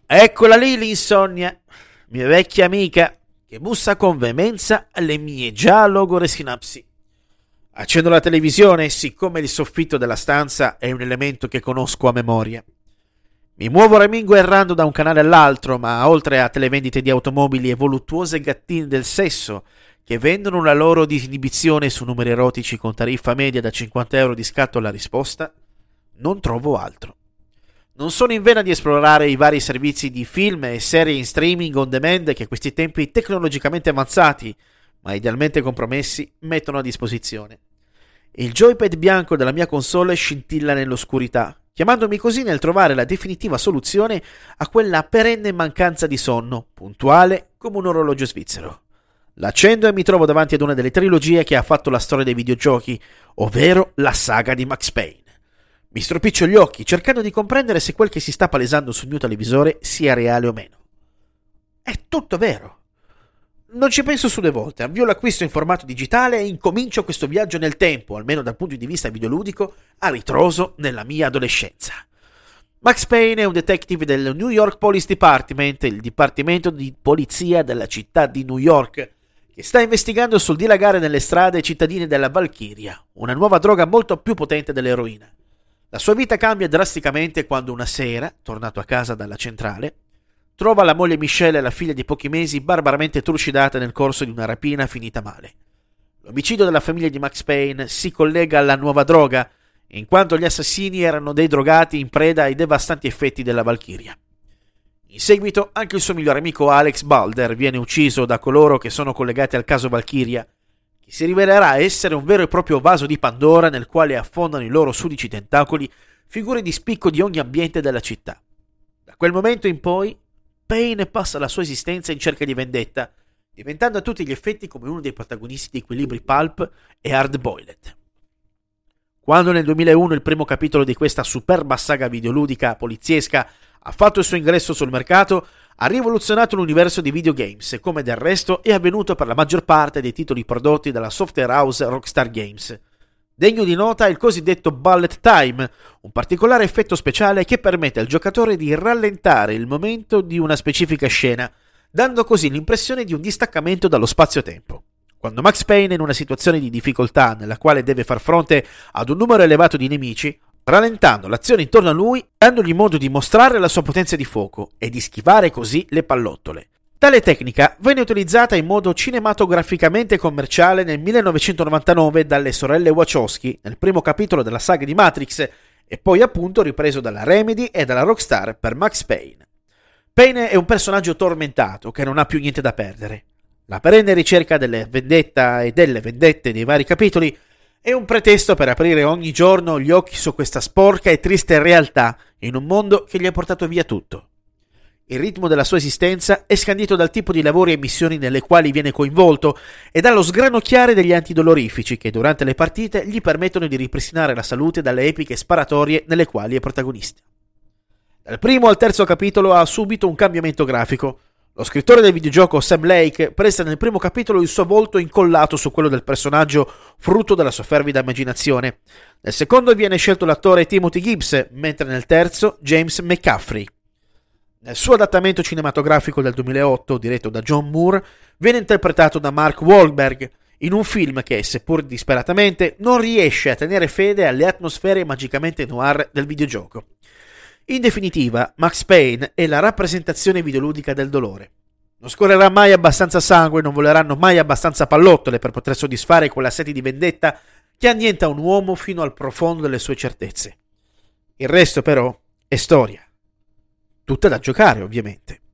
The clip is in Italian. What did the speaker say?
Eccola lì l'insonnia, mia vecchia amica, che bussa con veemenza alle mie già logore sinapsi. Accendo la televisione siccome il soffitto della stanza è un elemento che conosco a memoria. Mi muovo remingo errando da un canale all'altro, ma oltre a televendite di automobili e voluttuose gattine del sesso che vendono la loro disinibizione su numeri erotici con tariffa media da 50 euro di scatto alla risposta, non trovo altro. Non sono in vena di esplorare i vari servizi di film e serie in streaming on demand che questi tempi tecnologicamente avanzati, ma idealmente compromessi, mettono a disposizione. Il joypad bianco della mia console scintilla nell'oscurità, chiamandomi così nel trovare la definitiva soluzione a quella perenne mancanza di sonno, puntuale come un orologio svizzero. L'accendo e mi trovo davanti ad una delle trilogie che ha fatto la storia dei videogiochi, ovvero la saga di Max Payne. Mi stropiccio gli occhi, cercando di comprendere se quel che si sta palesando sul mio televisore sia reale o meno. È tutto vero. Non ci penso su 2 volte, avvio l'acquisto in formato digitale e incomincio questo viaggio nel tempo, almeno dal punto di vista videoludico, a ritroso nella mia adolescenza. Max Payne è un detective del New York Police Department, il dipartimento di polizia della città di New York, che sta investigando sul dilagare nelle strade cittadine della Valchiria, una nuova droga molto più potente dell'eroina. La sua vita cambia drasticamente quando una sera, tornato a casa dalla centrale, trova la moglie Michelle e la figlia di pochi mesi barbaramente trucidate nel corso di una rapina finita male. L'omicidio della famiglia di Max Payne si collega alla nuova droga, in quanto gli assassini erano dei drogati in preda ai devastanti effetti della Valchiria. In seguito anche il suo migliore amico Alex Balder viene ucciso da coloro che sono collegati al caso Valchiria, che si rivelerà essere un vero e proprio vaso di Pandora nel quale affondano i loro sudici tentacoli figure di spicco di ogni ambiente della città. Da quel momento in poi Payne passa la sua esistenza in cerca di vendetta, diventando a tutti gli effetti come uno dei protagonisti di quei libri pulp e hard-boiled. Quando nel 2001 il primo capitolo di questa superba saga videoludica poliziesca ha fatto il suo ingresso sul mercato, ha rivoluzionato l'universo di videogames, come del resto è avvenuto per la maggior parte dei titoli prodotti dalla software house Rockstar Games. Degno di nota è il cosiddetto bullet time, un particolare effetto speciale che permette al giocatore di rallentare il momento di una specifica scena, dando così l'impressione di un distaccamento dallo spazio-tempo. Quando Max Payne è in una situazione di difficoltà nella quale deve far fronte ad un numero elevato di nemici, rallentando l'azione intorno a lui, dandogli modo di mostrare la sua potenza di fuoco e di schivare così le pallottole. Tale tecnica venne utilizzata in modo cinematograficamente commerciale nel 1999 dalle sorelle Wachowski nel primo capitolo della saga di Matrix e poi appunto ripreso dalla Remedy e dalla Rockstar per Max Payne. Payne è un personaggio tormentato che non ha più niente da perdere. La perenne ricerca delle vendetta e delle vendette dei vari capitoli è un pretesto per aprire ogni giorno gli occhi su questa sporca e triste realtà in un mondo che gli ha portato via tutto. Il ritmo della sua esistenza è scandito dal tipo di lavori e missioni nelle quali viene coinvolto e dallo sgranocchiare degli antidolorifici che durante le partite gli permettono di ripristinare la salute dalle epiche sparatorie nelle quali è protagonista. Dal primo al terzo capitolo ha subito un cambiamento grafico. Lo scrittore del videogioco Sam Lake presta nel primo capitolo il suo volto incollato su quello del personaggio frutto della sua fervida immaginazione. Nel secondo viene scelto l'attore Timothy Gibbs, mentre nel terzo James McCaffrey. Nel suo adattamento cinematografico del 2008, diretto da John Moore, viene interpretato da Mark Wahlberg, in un film che, seppur disperatamente, non riesce a tenere fede alle atmosfere magicamente noir del videogioco. In definitiva, Max Payne è la rappresentazione videoludica del dolore. Non scorrerà mai abbastanza sangue, non voleranno mai abbastanza pallottole per poter soddisfare quella sete di vendetta che annienta un uomo fino al profondo delle sue certezze. Il resto, però, è storia. Tutta da giocare, ovviamente.